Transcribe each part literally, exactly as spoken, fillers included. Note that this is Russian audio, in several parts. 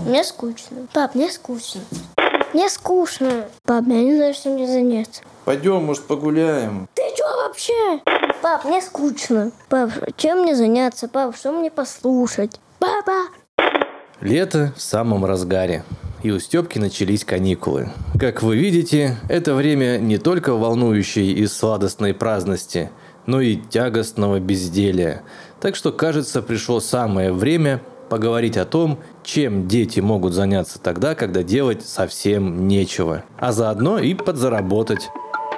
Мне скучно. Пап, мне скучно. Мне скучно. Пап, я не знаю, что мне заняться. Пойдем, может, погуляем. Ты что вообще? Пап, мне скучно. Пап, чем мне заняться? Пап, что мне послушать? Папа! Лето в самом разгаре. И у Степки начались каникулы. Как вы видите, это время не только волнующей и сладостной праздности, но и тягостного безделия. Так что, кажется, пришло самое время поговорить о том, чем дети могут заняться тогда, когда делать совсем нечего. А заодно и подзаработать.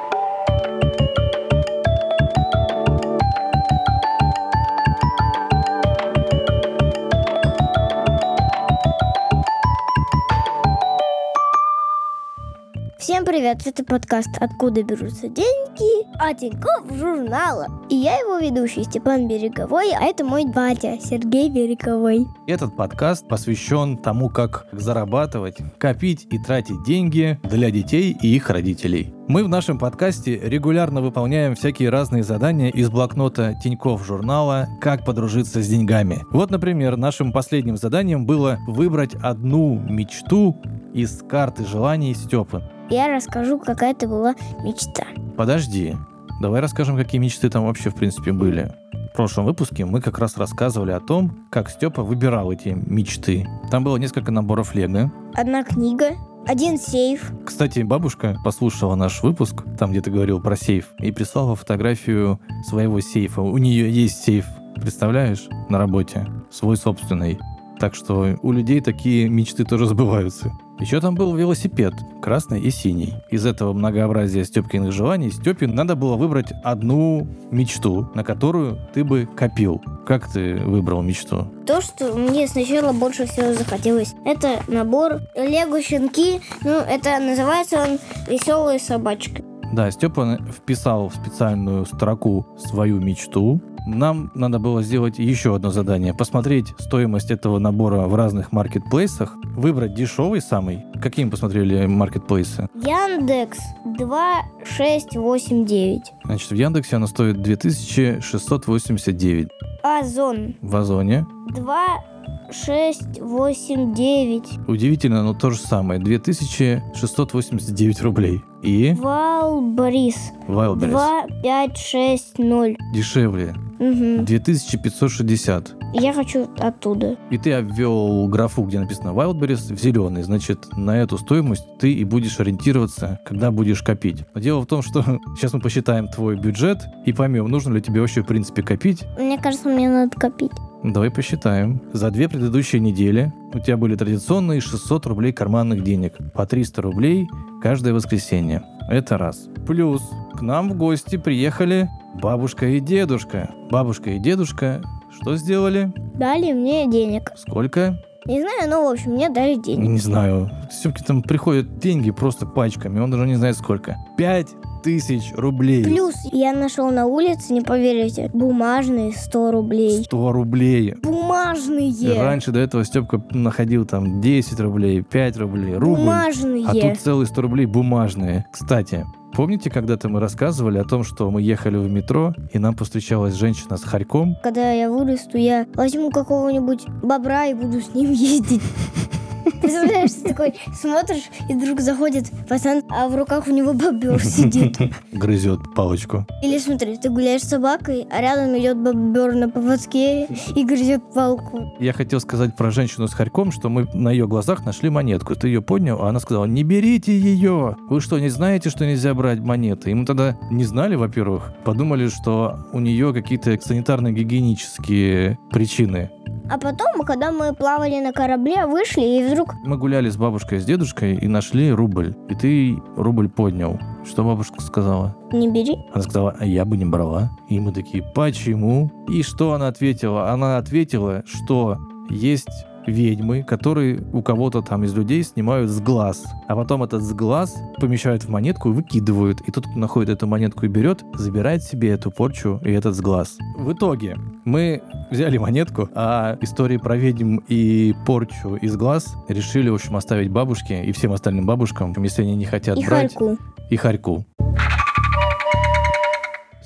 Всем привет, это подкаст «Откуда берутся деньги» от Тинькофф журнала. И я его ведущий Степан Береговой, а это мой батя Сергей Береговой. Этот подкаст посвящен тому, как зарабатывать, копить и тратить деньги для детей и их родителей. Мы в нашем подкасте регулярно выполняем всякие разные задания из блокнота Тинькофф журнала «Как подружиться с деньгами». Вот, например, нашим последним заданием было выбрать одну мечту из карты желаний Степы. Я расскажу, какая это была мечта. Подожди, давай расскажем, какие мечты там вообще в принципе были. В прошлом выпуске мы как раз рассказывали о том, как Степа выбирал эти мечты. Там было несколько наборов лего. Одна книга, один сейф. Кстати, бабушка послушала наш выпуск, там, где ты говорил про сейф, и прислала фотографию своего сейфа. У нее есть сейф, представляешь, на работе, свой собственный. Так что у людей такие мечты тоже сбываются. Еще там был велосипед, красный и синий. Из этого многообразия Степкиных желаний Степе надо было выбрать одну мечту, на которую ты бы копил. Как ты выбрал мечту? То, что мне сначала больше всего захотелось, это набор лего-щенки. Ну, это называется он «Веселые собачки». Да, Степа вписал в специальную строку свою мечту. Нам надо было сделать еще одно задание. Посмотреть стоимость этого набора в разных маркетплейсах. Выбрать дешевый самый. Какие мы посмотрели маркетплейсы? Яндекс два шесть восемь девять. Значит, в Яндексе она стоит две тысячи шестьсот восемьдесят девять. Озон В Озоне два шесть восемь девять. удивительно, но то же самое. две тысячи шестьсот восемьдесят девять рублей. И Вайлдберрис Wildberries два пять шесть ноль. дешевле. Угу. две тысячи пятьсот шестьдесят. Я хочу оттуда. И ты обвел графу, где написано Wildberries, в зеленый. Значит, на эту стоимость ты и будешь ориентироваться, когда будешь копить. Но дело в том, что сейчас мы посчитаем твой бюджет и поймем, нужно ли тебе вообще в принципе копить. Мне кажется, мне надо копить. Давай посчитаем. За две предыдущие недели у тебя были традиционные шестьсот рублей карманных денег. По триста рублей каждое воскресенье. Это раз. Плюс к нам в гости приехали бабушка и дедушка. Бабушка и дедушка что сделали? Дали мне денег. Сколько? Не знаю, но, в общем, мне дали денег. Не знаю. Степке там приходят деньги просто пачками. Он даже не знает сколько. Пять тысяч рублей. Плюс я нашел на улице, не поверите, бумажные сто рублей. Сто рублей. Бумажные. И раньше до этого Степка находил там десять рублей, пять рублей, рубль. Бумажные. А тут целые сто рублей бумажные. Кстати, помните, когда-то мы рассказывали о том, что мы ехали в метро, и нам повстречалась женщина с хорьком? Когда я вырасту, я возьму какого-нибудь бобра и буду с ним ездить. Представляешь, ты такой смотришь, и вдруг заходит пацан, а в руках у него бобер сидит. Грызет палочку. Или смотри, ты гуляешь с собакой, а рядом идет бобер на поводке и грызет палку. Я хотел сказать про женщину с хорьком, что мы на ее глазах нашли монетку. Ты ее поднял, а она сказала: не берите ее! Вы что, не знаете, что нельзя брать монеты? И мы тогда не знали, во-первых, подумали, что у нее какие-то санитарно-гигиенические причины. А потом, когда мы плавали на корабле, вышли, и вдруг... Мы гуляли с бабушкой и с дедушкой и нашли рубль. И ты рубль поднял. Что бабушка сказала? Не бери. Она сказала: а я бы не брала. И мы такие: почему? И что она ответила? Она ответила, что есть ведьмы, которые у кого-то там из людей снимают с глаз, а потом этот с глаз помещают в монетку и выкидывают. И тот, кто находит эту монетку и берет, забирает себе эту порчу и этот с глаз. В итоге мы взяли монетку, а истории про ведьм и порчу из глаз решили, в общем, оставить бабушке и всем остальным бабушкам, если они не хотят И брать. хорьку. И хорьку.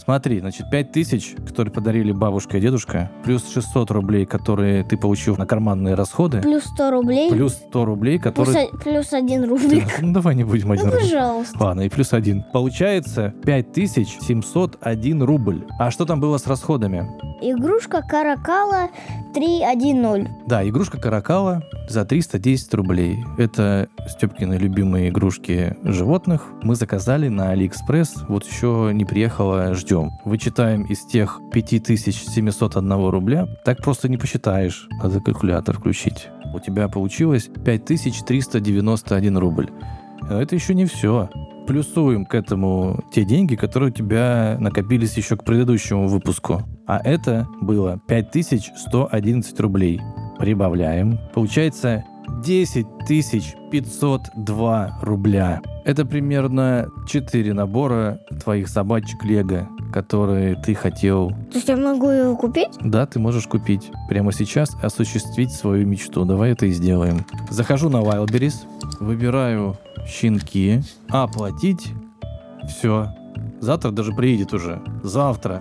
Смотри, значит, пять тысяч, которые подарили бабушка и дедушка, плюс шестьсот рублей, которые ты получил на карманные расходы, Плюс сто рублей. плюс сто рублей, Плюс, которые... о- плюс один рублик. Ну, давай не будем один Ну, рубль. пожалуйста. Ладно, и плюс один. Получается пять тысяч семьсот один рубль. А что там было с расходами? Игрушка Каракала три один ноль. Да, игрушка Каракала за триста десять рублей. Это Степкины любимые игрушки животных. Мы заказали на Алиэкспресс. Вот еще не приехала, ждем. Вычитаем из тех пять тысяч семьсот один рубля. Так просто не посчитаешь. Надо калькулятор включить. У тебя получилось пять тысяч триста девяносто один рубль. Но это еще не все. Плюсуем к этому те деньги, которые у тебя накопились еще к предыдущему выпуску. А это было пять тысяч сто одиннадцать рублей. Прибавляем. Получается десять тысяч пятьсот два рубля. Это примерно четыре набора твоих собачек Лего, которые ты хотел. То есть я могу его купить? Да, ты можешь купить прямо сейчас, осуществить свою мечту. Давай это и сделаем. Захожу на Wildberries, выбираю щенки, оплатить. Все. Завтра даже приедет уже. Завтра.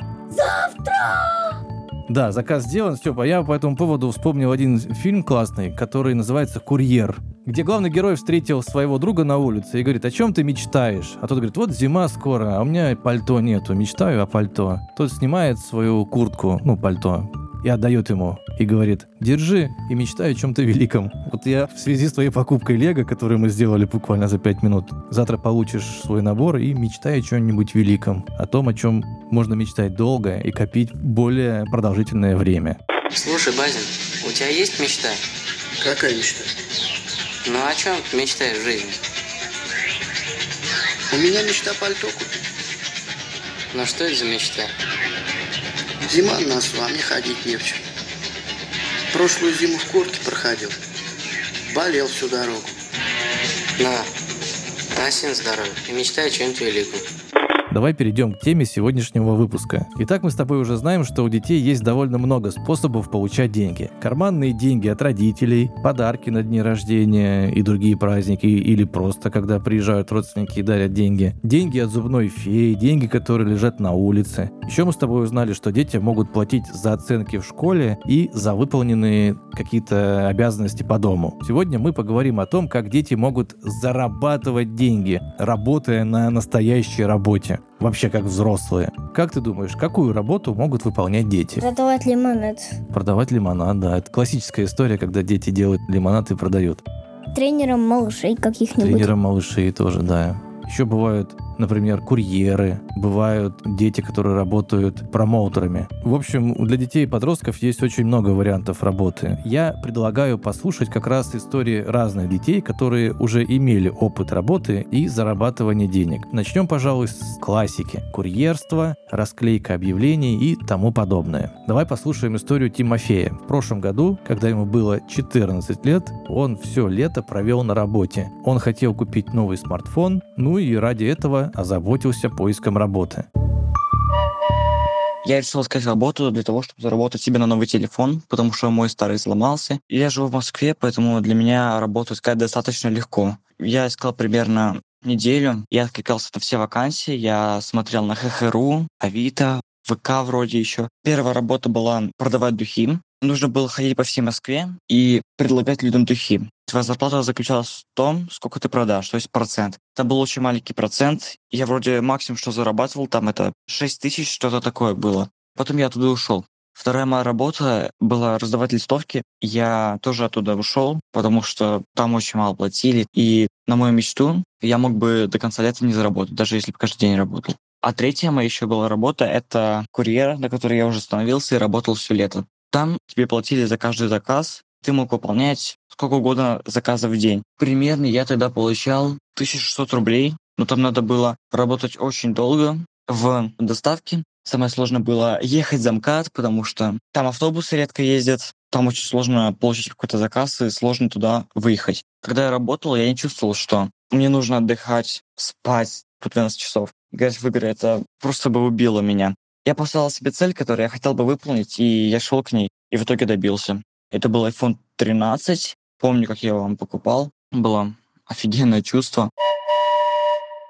Да, заказ сделан, Степа. Я по этому поводу вспомнил один фильм классный, который называется «Курьер», где главный герой встретил своего друга на улице и говорит: о чем ты мечтаешь? А тот говорит: вот зима скоро, а у меня пальто нету, мечтаю о пальто. Тот снимает свою куртку, ну, пальто, и отдает ему. И говорит: держи и мечтай о чем-то великом. Вот я в связи с твоей покупкой Лего, которую мы сделали буквально за пять минут, завтра получишь свой набор и мечтай о чем-нибудь великом. О том, о чем можно мечтать долго и копить более продолжительное время. Слушай, Базин, у тебя есть мечта? Какая мечта? Ну о чем ты мечтаешь в жизни? У меня мечта пальто купить. Ну что это за мечта? Зима на носу, а мне ходить не в чем. Прошлую зиму в куртке проходил. Болел всю дорогу. На, на син здоровье и мечтай о чем-то великом. Давай перейдем к теме сегодняшнего выпуска. Итак, мы с тобой уже знаем, что у детей есть довольно много способов получать деньги. Карманные деньги от родителей, подарки на дни рождения и другие праздники, или просто когда приезжают родственники и дарят деньги. Деньги от зубной феи, деньги, которые лежат на улице. Еще мы с тобой узнали, что дети могут платить за оценки в школе и за выполненные какие-то обязанности по дому. Сегодня мы поговорим о том, как дети могут зарабатывать деньги, работая на настоящей работе. Вообще как взрослые. Как ты думаешь, какую работу могут выполнять дети? Продавать лимонад. Продавать лимонад, да. Это классическая история, когда дети делают лимонад и продают. Тренером малышей каких-нибудь. Тренером малышей тоже, да. Еще бывают, например, курьеры, бывают дети, которые работают промоутерами. В общем, для детей и подростков есть очень много вариантов работы. Я предлагаю послушать как раз истории разных детей, которые уже имели опыт работы и зарабатывания денег. Начнем, пожалуй, с классики. Курьерство, расклейка объявлений и тому подобное. Давай послушаем историю Тимофея. В прошлом году, когда ему было четырнадцать лет, он все лето провел на работе. Он хотел купить новый смартфон, ну и ради этого озаботился поиском работы. Я решил искать работу для того, чтобы заработать себе на новый телефон, потому что мой старый сломался. Я живу в Москве, поэтому для меня работу искать достаточно легко. Я искал примерно неделю, я откликался на все вакансии, я смотрел на ха ха ру, Авито, ВК вроде еще. Первая работа была продавать духи. Нужно было ходить по всей Москве и предлагать людям духи. Твоя зарплата заключалась в том, сколько ты продашь, то есть процент. Это был очень маленький процент. Я вроде максимум, что зарабатывал, там это шесть тысяч, что-то такое было. Потом я оттуда ушел. Вторая моя работа была раздавать листовки. Я тоже оттуда ушел, потому что там очень мало платили. И на мою мечту я мог бы до конца лета не заработать, даже если бы каждый день работал. А третья моя еще была работа — это курьер, на который я уже становился и работал все лето. Там тебе платили за каждый заказ, ты мог выполнять сколько угодно заказов в день. Примерно я тогда получал тысяча шестьсот рублей, но там надо было работать очень долго в доставке. Самое сложное было ехать за МКАД, потому что там автобусы редко ездят, там очень сложно получить какой-то заказ и сложно туда выехать. Когда я работал, я не чувствовал, что мне нужно отдыхать, спать по двенадцать часов. Играть в игры — это просто бы убило меня. Я поставил себе цель, которую я хотел бы выполнить, и я шел к ней, и в итоге добился. Это был айфон тринадцать. Помню, как я его вам покупал. Было офигенное чувство.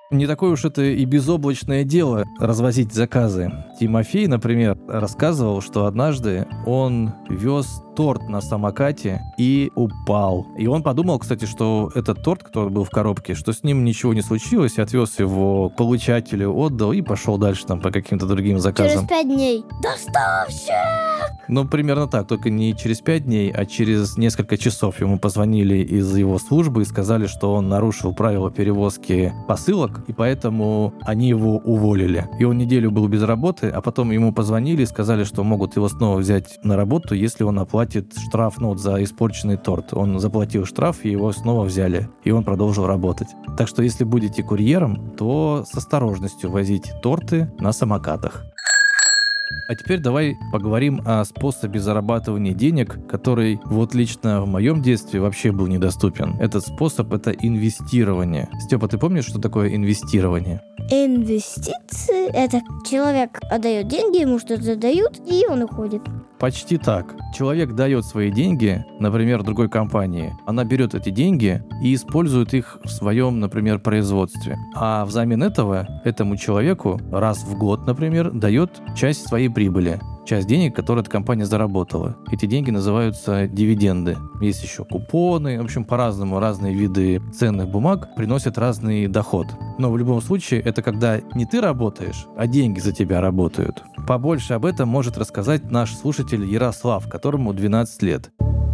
Не такое уж это и безоблачное дело развозить заказы. Тимофей, например, рассказывал, что однажды он вез торт на самокате и упал. И он подумал, кстати, что этот торт, который был в коробке, что с ним ничего не случилось, и отвез его к получателю, отдал и пошел дальше там по каким-то другим заказам. Через пять дней. Доставщик! Ну, примерно так, только не через пять дней, а через несколько часов ему позвонили из его службы и сказали, что он нарушил правила перевозки посылок, и поэтому они его уволили. И он неделю был без работы, а потом ему позвонили и сказали, что могут его снова взять на работу, если он оплатит штраф, ну, за испорченный торт. Он заплатил штраф, и его снова взяли, и он продолжил работать. Так что, если будете курьером, то с осторожностью возите торты на самокатах. А теперь давай поговорим о способе зарабатывания денег, который вот лично в моем детстве вообще был недоступен. Этот способ — это инвестирование. Степа, ты помнишь, что такое инвестирование? Инвестиции — это человек отдает деньги, ему что-то дают, и он уходит. Почти так. Человек дает свои деньги, например, другой компании. Она берет эти деньги и использует их в своем, например, производстве. А взамен этого этому человеку раз в год, например, дает часть своей прибыли. Часть денег, которые эта компания заработала. Эти деньги называются дивиденды. Есть еще купоны. В общем, по-разному разные виды ценных бумаг приносят разный доход. Но в любом случае, это когда не ты работаешь, а деньги за тебя работают. Побольше об этом может рассказать наш слушатель Ярослав, которому двенадцать лет.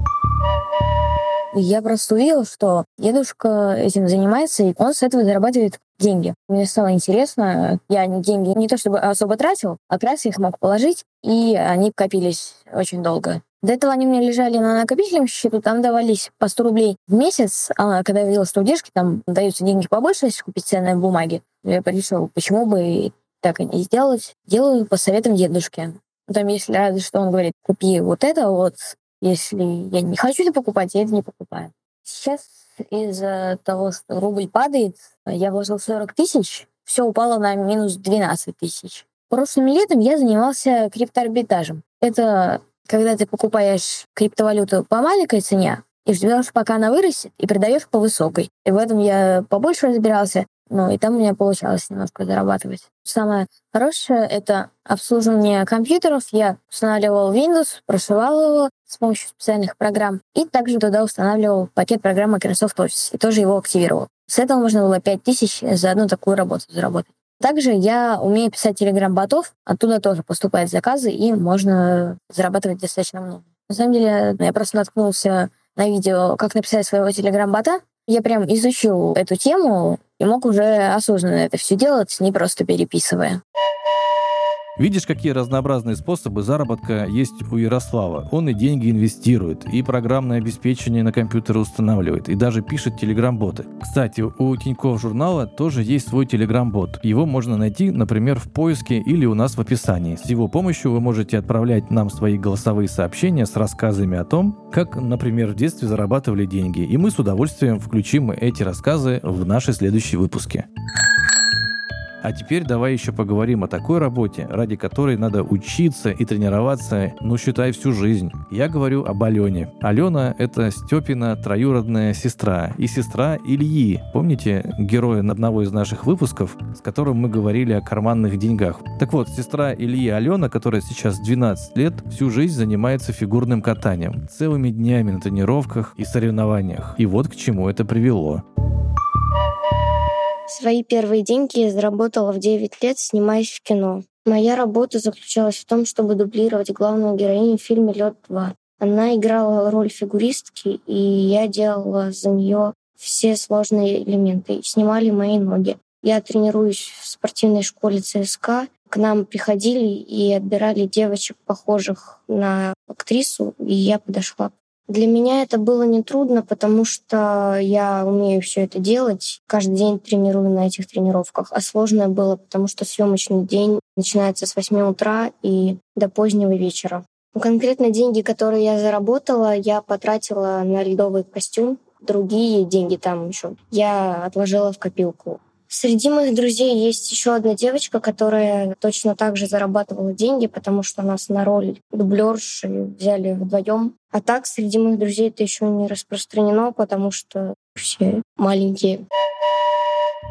Я просто увидела, что дедушка этим занимается, и он с этого зарабатывает деньги. Мне стало интересно. Я деньги не то чтобы особо тратил, а как раз их мог положить, и они копились очень долго. До этого они у меня лежали на накопительном счету, там давались по сто рублей в месяц, а когда я видела, что у дедушки там даются деньги побольше, если купить ценные бумаги, я решила, почему бы так и не сделать. Делаю по советам дедушки. Там, если разве что он говорит, купи вот это вот, если я не хочу это покупать, я это не покупаю. Сейчас из-за того, что рубль падает, я вложил сорок тысяч, все упало на минус двенадцать тысяч. Прошлым летом я занимался криптоарбитражем. Это когда ты покупаешь криптовалюту по маленькой цене и ждешь, пока она вырастет, и продаешь по высокой. И в этом я побольше разбирался, ну и там у меня получалось немножко зарабатывать. Самое хорошее — это обслуживание компьютеров. Я устанавливал Windows, прошивал его с помощью специальных программ, и также туда устанавливал пакет программ Microsoft Office, и тоже его активировал. С этого можно было пять тысяч за одну такую работу заработать. Также я умею писать телеграм-ботов, оттуда тоже поступают заказы, и можно зарабатывать достаточно много. На самом деле, я просто наткнулся на видео, как написать своего телеграм-бота. Я прям изучил эту тему и мог уже осознанно это все делать, не просто переписывая. Видишь, какие разнообразные способы заработка есть у Ярослава. Он и деньги инвестирует, и программное обеспечение на компьютере устанавливает, и даже пишет телеграм-боты. Кстати, у Тинькофф журнала тоже есть свой телеграм-бот. Его можно найти, например, в поиске или у нас в описании. С его помощью вы можете отправлять нам свои голосовые сообщения с рассказами о том, как, например, в детстве зарабатывали деньги. И мы с удовольствием включим эти рассказы в наши следующие выпуски. А теперь давай еще поговорим о такой работе, ради которой надо учиться и тренироваться, ну, считай, всю жизнь. Я говорю об Алене. Алена — это Степина троюродная сестра и сестра Ильи. Помните героя одного из наших выпусков, с которым мы говорили о карманных деньгах? Так вот, сестра Ильи Алена, которая сейчас двенадцать лет, всю жизнь занимается фигурным катанием. Целыми днями на тренировках и соревнованиях. И вот к чему это привело. Свои первые деньги я заработала в девять лет, снимаясь в кино. Моя работа заключалась в том, чтобы дублировать главную героиню в фильме «Лед два». Она играла роль фигуристки, и я делала за нее все сложные элементы. Снимали мои ноги. Я тренируюсь в спортивной школе ЦСКА. К нам приходили и отбирали девочек, похожих на актрису, и я подошла. Для меня это было нетрудно, потому что я умею все это делать. Каждый день тренирую на этих тренировках. А сложное было, потому что съемочный день начинается с восьми утра и до позднего вечера. Конкретно деньги, которые я заработала, я потратила на ледовый костюм. Другие деньги там еще я отложила в копилку. Среди моих друзей есть еще одна девочка, которая точно так же зарабатывала деньги, потому что нас на роль дублерши взяли вдвоем. А так, среди моих друзей это еще не распространено, потому что все маленькие.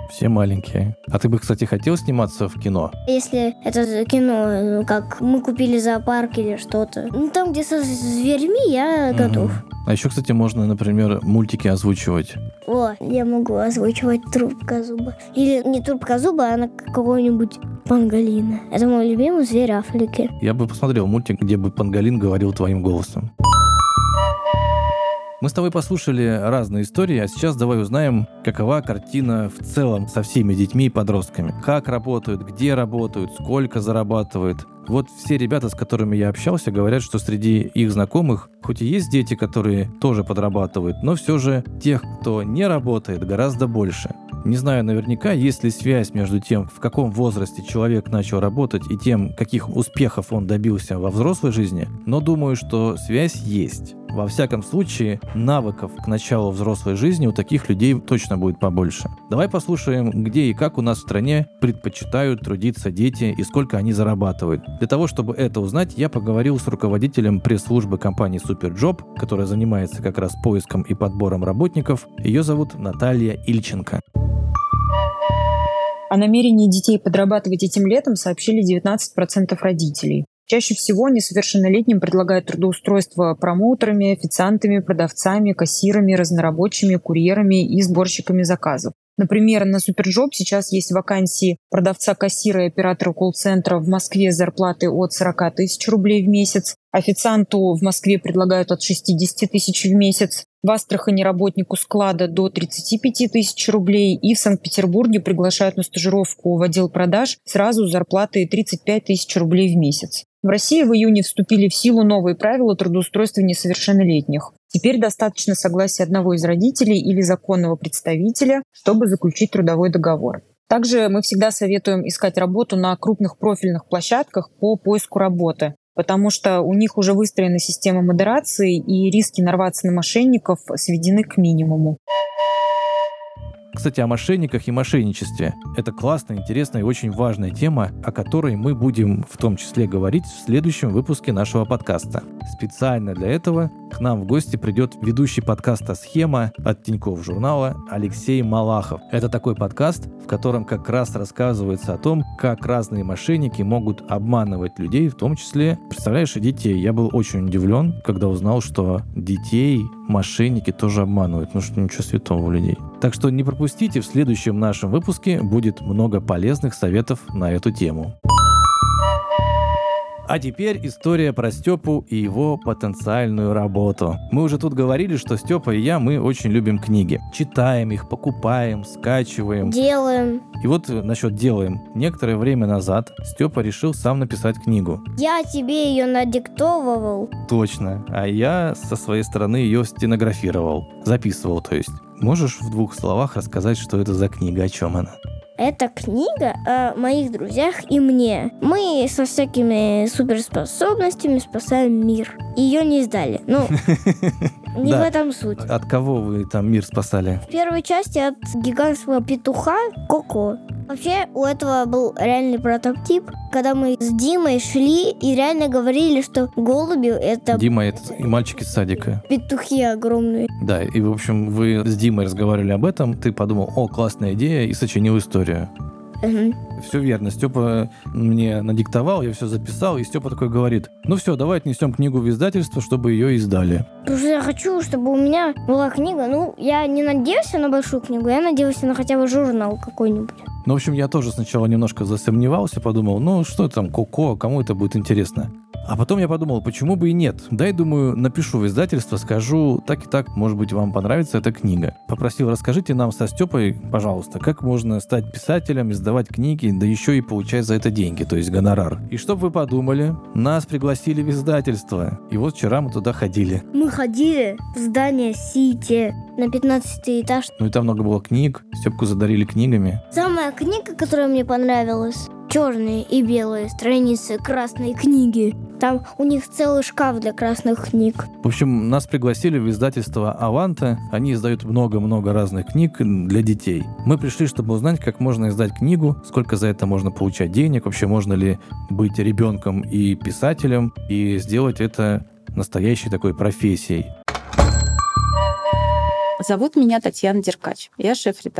Все маленькие. А ты бы, кстати, хотел сниматься в кино? Если это кино, ну, как мы купили зоопарк или что-то, ну, там, где со зверьми, я готов. Мгм. А еще, кстати, можно, например, мультики озвучивать. О, я могу озвучивать Трубкозуба. Или не Трубкозуба, а на какого-нибудь панголина. Это мой любимый зверь Африки. Я бы посмотрел мультик, где бы панголин говорил твоим голосом. Мы с тобой послушали разные истории, а сейчас давай узнаем, какова картина в целом со всеми детьми и подростками. Как работают, где работают, сколько зарабатывают. Вот все ребята, с которыми я общался, говорят, что среди их знакомых, хоть и есть дети, которые тоже подрабатывают, но все же тех, кто не работает, гораздо больше. Не знаю наверняка, есть ли связь между тем, в каком возрасте человек начал работать, и тем, каких успехов он добился во взрослой жизни, но думаю, что связь есть. Во всяком случае, навыков к началу взрослой жизни у таких людей точно будет побольше. Давай послушаем, где и как у нас в стране предпочитают трудиться дети и сколько они зарабатывают. Для того, чтобы это узнать, я поговорил с руководителем пресс-службы компании Суперджоп, которая занимается как раз поиском и подбором работников. Ее зовут Наталья Ильченко. О намерении детей подрабатывать этим летом сообщили девятнадцать процентов родителей. Чаще всего несовершеннолетним предлагают трудоустройство промоутерами, официантами, продавцами, кассирами, разнорабочими, курьерами и сборщиками заказов. Например, на Суперджоп сейчас есть вакансии продавца-кассира и оператора колл-центра в Москве с зарплатой от сорок тысяч рублей в месяц. Официанту в Москве предлагают от шестьдесят тысяч в месяц. В Астрахани работнику склада до тридцать пять тысяч рублей. И в Санкт-Петербурге приглашают на стажировку в отдел продаж сразу с зарплатой тридцать пять тысяч рублей в месяц. В России в июне вступили в силу новые правила трудоустройства несовершеннолетних. Теперь достаточно согласия одного из родителей или законного представителя, чтобы заключить трудовой договор. Также мы всегда советуем искать работу на крупных профильных площадках по поиску работы, потому что у них уже выстроена система модерации, и риски нарваться на мошенников сведены к минимуму. Кстати, о мошенниках и мошенничестве. Это классная, интересная и очень важная тема, о которой мы будем в том числе говорить в следующем выпуске нашего подкаста. Специально для этого к нам в гости придет ведущий подкаста «Схема» от Тинькофф журнала Алексей Малахов. Это такой подкаст, в котором как раз рассказывается о том, как разные мошенники могут обманывать людей, в том числе, представляешь, и детей. Я был очень удивлен, когда узнал, что детей мошенники тоже обманывают. Ну что, ничего святого у людей. Так что не пропустите, в следующем нашем выпуске будет много полезных советов на эту тему. А теперь история про Степу и его потенциальную работу. Мы уже тут говорили, что Степа и я, мы очень любим книги. Читаем их, покупаем, скачиваем. Делаем. И вот насчет делаем. Некоторое время назад Степа решил сам написать книгу. Я тебе ее надиктовывал. Точно. А я со своей стороны ее стенографировал. Записывал, то есть. Можешь в двух словах рассказать, что это за книга, о чем она? Это книга о моих друзьях и мне. Мы со всякими суперспособностями спасаем мир. Ее не издали. Ну, не в этом суть. От кого вы там мир спасали? В первой части от гигантского петуха Коко. Вообще, у этого был реальный прототип, когда мы с Димой шли и реально говорили, что голуби — это... Дима — это и мальчик из садика. Петухи огромные. Да, и, в общем, вы с Димой разговаривали об этом, ты подумал, о, классная идея, и сочинил историю. Угу. Все верно. Степа мне надиктовал, я все записал, и Степа такой говорит, ну все, давай отнесем книгу в издательство, чтобы ее издали. Потому что я хочу, чтобы у меня была книга. Ну, я не надеялся на большую книгу, я надеялся на хотя бы журнал какой-нибудь. Ну, в общем, я тоже сначала немножко засомневался, подумал, ну, что там, Коко, кому это будет интересно? А потом я подумал, почему бы и нет? Дай, думаю, напишу в издательство, скажу, так и так, может быть, вам понравится эта книга. Попросил, расскажите нам со Степой, пожалуйста, как можно стать писателем, издавать книги, да еще и получать за это деньги, то есть гонорар. И чтоб вы подумали, нас пригласили в издательство. И вот вчера мы туда ходили. Мы ходили в здание Сити на пятнадцатый этаж. Ну и там много было книг, Степку задарили книгами. Самая книга, которая мне понравилась, черные и белые страницы красной книги. Там у них целый шкаф для красных книг. В общем, нас пригласили в издательство «Аванта». Они издают много-много разных книг для детей. Мы пришли, чтобы узнать, как можно издать книгу, сколько за это можно получать денег, вообще можно ли быть ребенком и писателем, и сделать это настоящей такой профессией. Зовут меня Татьяна Деркач. Я шеф-редактор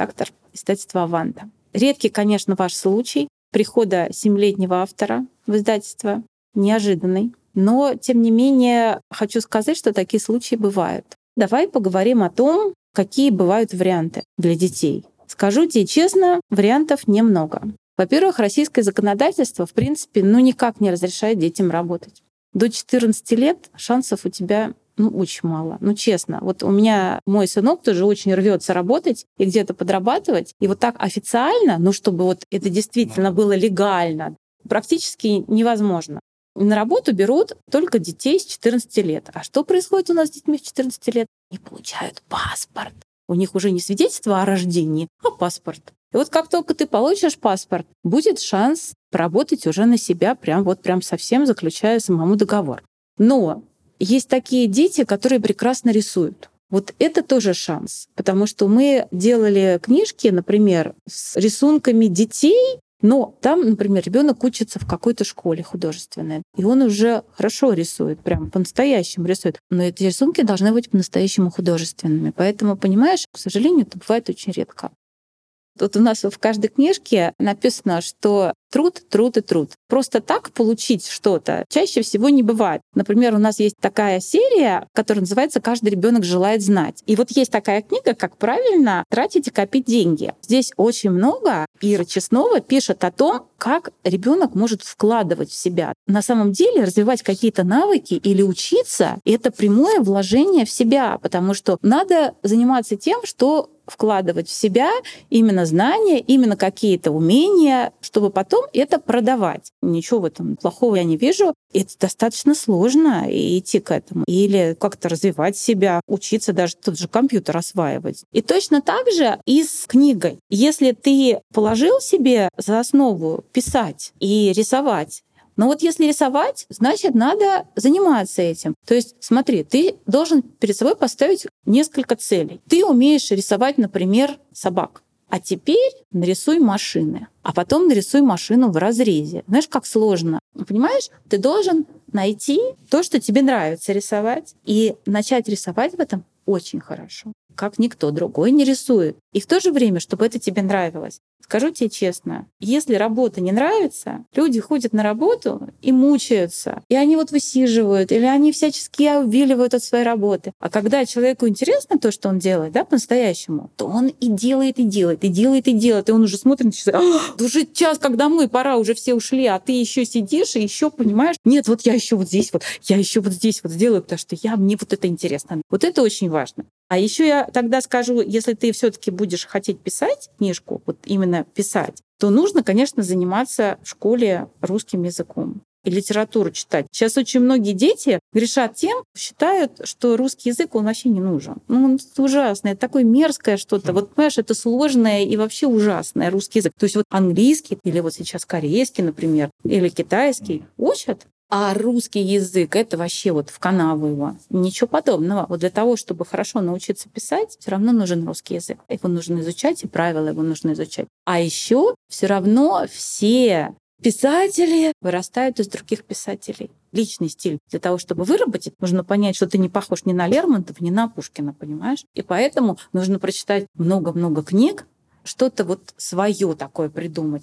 издательство «Аванта». Редкий, конечно, ваш случай прихода семилетнего автора в издательство, неожиданный. Но, тем не менее, хочу сказать, что такие случаи бывают. Давай поговорим о том, какие бывают варианты для детей. Скажу тебе честно, вариантов немного. Во-первых, российское законодательство, в принципе, ну никак не разрешает детям работать. До четырнадцати лет шансов у тебя ну, очень мало. Ну, честно. Вот у меня мой сынок тоже очень рвется работать и где-то подрабатывать. И вот так официально, ну, чтобы вот это действительно было легально, практически невозможно. На работу берут только детей с четырнадцати лет. А что происходит у нас с детьми с четырнадцати лет? Они получают паспорт. У них уже не свидетельство о рождении, а паспорт. И вот как только ты получишь паспорт, будет шанс поработать уже на себя, прям вот прям совсем заключая самому договор. Но есть такие дети, которые прекрасно рисуют. Вот это тоже шанс, потому что мы делали книжки, например, с рисунками детей, но там, например, ребенок учится в какой-то школе художественной, и он уже хорошо рисует, прям по-настоящему рисует. Но эти рисунки должны быть по-настоящему художественными. Поэтому, понимаешь, к сожалению, это бывает очень редко. Вот у нас в каждой книжке написано, что труд, труд и труд. Просто так получить что-то чаще всего не бывает. Например, у нас есть такая серия, которая называется «Каждый ребенок желает знать». И вот есть такая книга, как правильно тратить и копить деньги. Здесь очень много. Ира Чеснова пишет о том, как ребенок может вкладывать в себя. На самом деле развивать какие-то навыки или учиться — это прямое вложение в себя, потому что надо заниматься тем, что вкладывать в себя именно знания, именно какие-то умения, чтобы потом это продавать. Ничего в этом плохого я не вижу. Это достаточно сложно идти к этому. Или как-то развивать себя, учиться даже тот же компьютер осваивать. И точно так же и с книгой. Если ты положил себе за основу писать и рисовать, но вот если рисовать, значит, надо заниматься этим. То есть, смотри, ты должен перед собой поставить несколько целей. Ты умеешь рисовать, например, собак. А теперь нарисуй машины. А потом нарисуй машину в разрезе. Знаешь, как сложно? Понимаешь? Ты должен найти то, что тебе нравится рисовать, и начать рисовать в этом очень хорошо, как никто другой не рисует. И в то же время, чтобы это тебе нравилось. Скажу тебе честно, если работа не нравится, люди ходят на работу и мучаются. И они вот высиживают, или они всячески увиливают от своей работы. А когда человеку интересно то, что он делает, да, по-настоящему, то он и делает, и делает, и делает, и делает. И он уже смотрит на часы. А, уже час, как домой, пора, уже все ушли, а ты еще сидишь и еще понимаешь, нет, вот я еще вот здесь вот, я еще вот здесь вот сделаю, потому что я, мне вот это интересно. Вот это очень важно. А еще я тогда скажу, если ты все-таки будешь хотеть писать книжку, вот именно писать, то нужно, конечно, заниматься в школе русским языком и литературу читать. Сейчас очень многие дети грешат тем, считают, что русский язык, он вообще не нужен. Ну, он ужасный, это такое мерзкое что-то. Вот, понимаешь, это сложное и вообще ужасное русский язык. То есть вот английский или вот сейчас корейский, например, или китайский учат, а русский язык — это вообще вот в канаву его. Ничего подобного. Вот для того, чтобы хорошо научиться писать, все равно нужен русский язык. Его нужно изучать, и правила его нужно изучать. А еще все равно все писатели вырастают из других писателей. Личный стиль. Для того, чтобы выработать, нужно понять, что ты не похож ни на Лермонтова, ни на Пушкина, понимаешь? И поэтому нужно прочитать много-много книг, что-то вот свое такое придумать.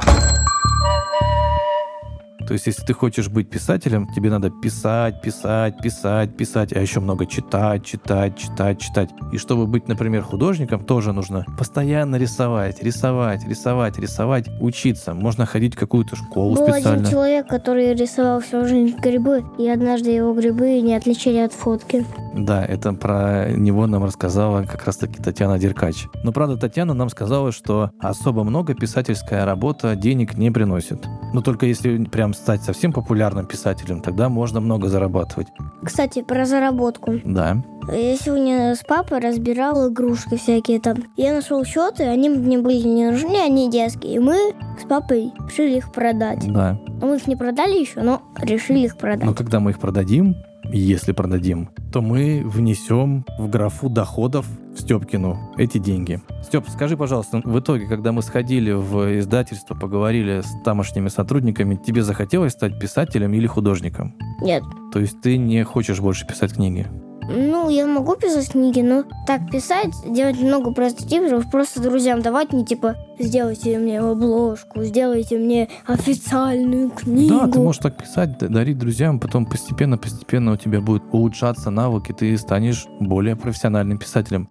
То есть, если ты хочешь быть писателем, тебе надо писать, писать, писать, писать, а еще много читать, читать, читать, читать. И чтобы быть, например, художником, тоже нужно постоянно рисовать, рисовать, рисовать, рисовать, учиться. Можно ходить в какую-то школу Был специально. один человек, который рисовал всю жизнь грибы, и однажды его грибы не отличили от фотки. Да, это про него нам рассказала как раз-таки Татьяна Деркач. Но, правда, Татьяна нам сказала, что особо много писательская работа денег не приносит. Но только если прям стать совсем популярным писателем, тогда можно много зарабатывать. Кстати, про заработку. Да. Я сегодня с папой разбирал игрушки всякие там. Я нашел счеты, они мне были не нужны, они детские. И мы с папой решили их продать. Да. Но мы их не продали еще, но решили их продать. Но когда мы их продадим, если продадим, то мы внесем в графу доходов в Стёпкину эти деньги. Стёп, скажи, пожалуйста, в итоге, когда мы сходили в издательство, поговорили с тамошними сотрудниками, тебе захотелось стать писателем или художником? Нет. То есть ты не хочешь больше писать книги? Ну, Ну, я могу писать книги, но так писать, делать много прототипов, просто друзьям давать, не типа, сделайте мне обложку, сделайте мне официальную книгу. Да, ты можешь так писать, дарить друзьям, потом постепенно-постепенно у тебя будет улучшаться навык, и ты станешь более профессиональным писателем.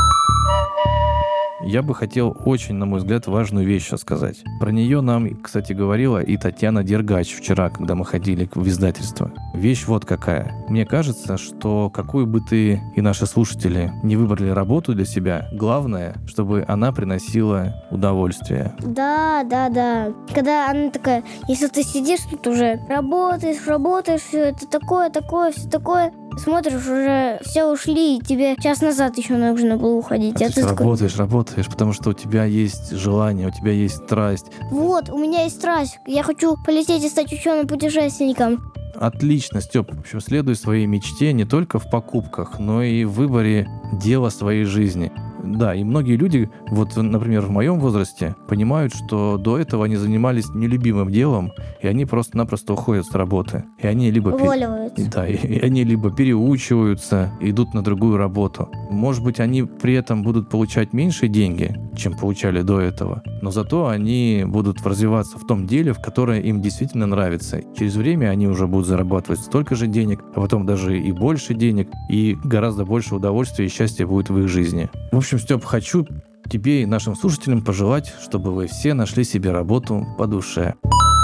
Я бы хотел очень, на мой взгляд, важную вещь сейчас сказать. Про нее нам, кстати, говорила и Татьяна Дергач вчера, когда мы ходили в издательство. Вещь вот какая. Мне кажется, что какую бы ты и наши слушатели не выбрали работу для себя, главное, чтобы она приносила удовольствие. Да, да, да. Когда она такая, если ты сидишь тут уже, работаешь, работаешь, все это такое, такое, все такое, смотришь, уже все ушли, и тебе час назад еще нужно было уходить. А а ты ты такой, работаешь, работаешь, потому что у тебя есть желание, у тебя есть страсть. вот, у меня есть страсть, я хочу полететь и стать ученым-путешественником. Отлично, Степ. В общем, следуй своей мечте не только в покупках, но и в выборе дела своей жизни. Да, и многие люди, вот, например, в моем возрасте, понимают, что до этого они занимались нелюбимым делом, и они просто-напросто уходят с работы. И они либо... пер- Уволиваются. Да, и и они либо переучиваются, идут на другую работу. Может быть, они при этом будут получать меньше деньги, чем получали до этого, но зато они будут развиваться в том деле, в которое им действительно нравится. Через время они уже будут зарабатывать столько же денег, а потом даже и больше денег, и гораздо больше удовольствия и счастья будет в их жизни. В общем, Степ, хочу тебе и нашим слушателям пожелать, чтобы вы все нашли себе работу по душе.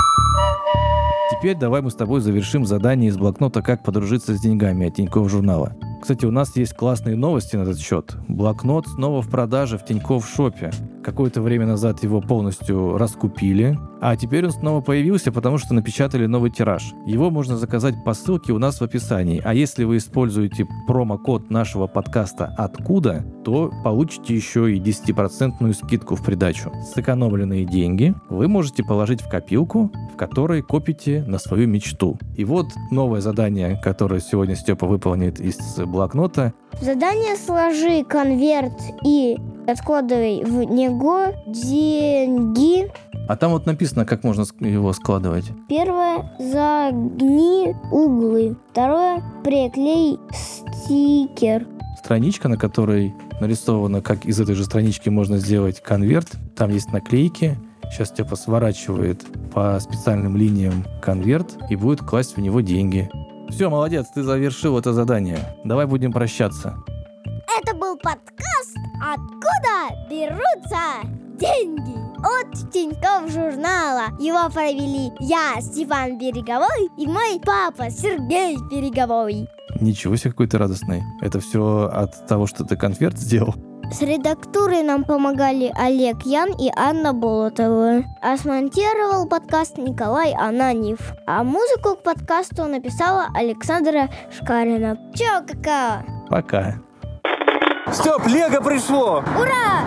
Теперь давай мы с тобой завершим задание из блокнота «Как подружиться с деньгами» от Тинькофф журнала. Кстати, у нас есть классные новости на этот счет. Блокнот снова в продаже в Тинькофф Шопе. Какое-то время назад его полностью раскупили, а теперь он снова появился, потому что напечатали новый тираж. Его можно заказать по ссылке у нас в описании. А если вы используете промокод нашего подкаста «Откуда?», то получите еще и десятипроцентную скидку в придачу. Сэкономленные деньги вы можете положить в копилку, в которой копите на свою мечту. И вот новое задание, которое сегодня Степа выполнит из блокнота. Задание: сложи конверт и откладывай в него деньги. А там вот написано, как можно ск- его складывать. Первое — загни углы. Второе — приклей стикер. Страничка, на которой нарисовано, как из этой же странички можно сделать конверт. Там есть наклейки. Сейчас Степа сворачивает по специальным линиям конверт и будет класть в него деньги. Все, молодец, ты завершил это задание. Давай будем прощаться. Это был подкаст «Откуда берутся деньги?» от Тинькофф журнала. Его провели я, Степан Береговой, и мой папа, Сергей Береговой. Ничего себе, какой ты радостный. Это все от того, что ты конверт сделал? С редактурой нам помогали Олег Ян и Анна Болотова. А смонтировал подкаст Николай Ананьев. А музыку к подкасту написала Александра Шкарина. Чао, какао! Пока. Степ, Лего пришло! Ура!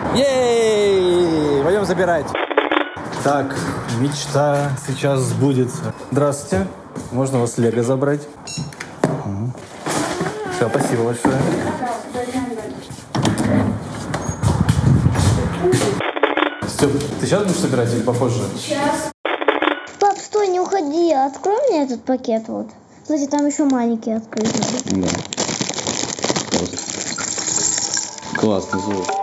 Ей! Пойдем забирать. Так, мечта сейчас сбудется. Здравствуйте. Можно у вас Лего забрать? Угу. Все, спасибо большое. Степ, ты сейчас будешь собирать или попозже? Сейчас. Пап, стой, не уходи. Открой мне этот пакет вот. Кстати, там еще маленький открыть надо. Да. Вот. Классный звук.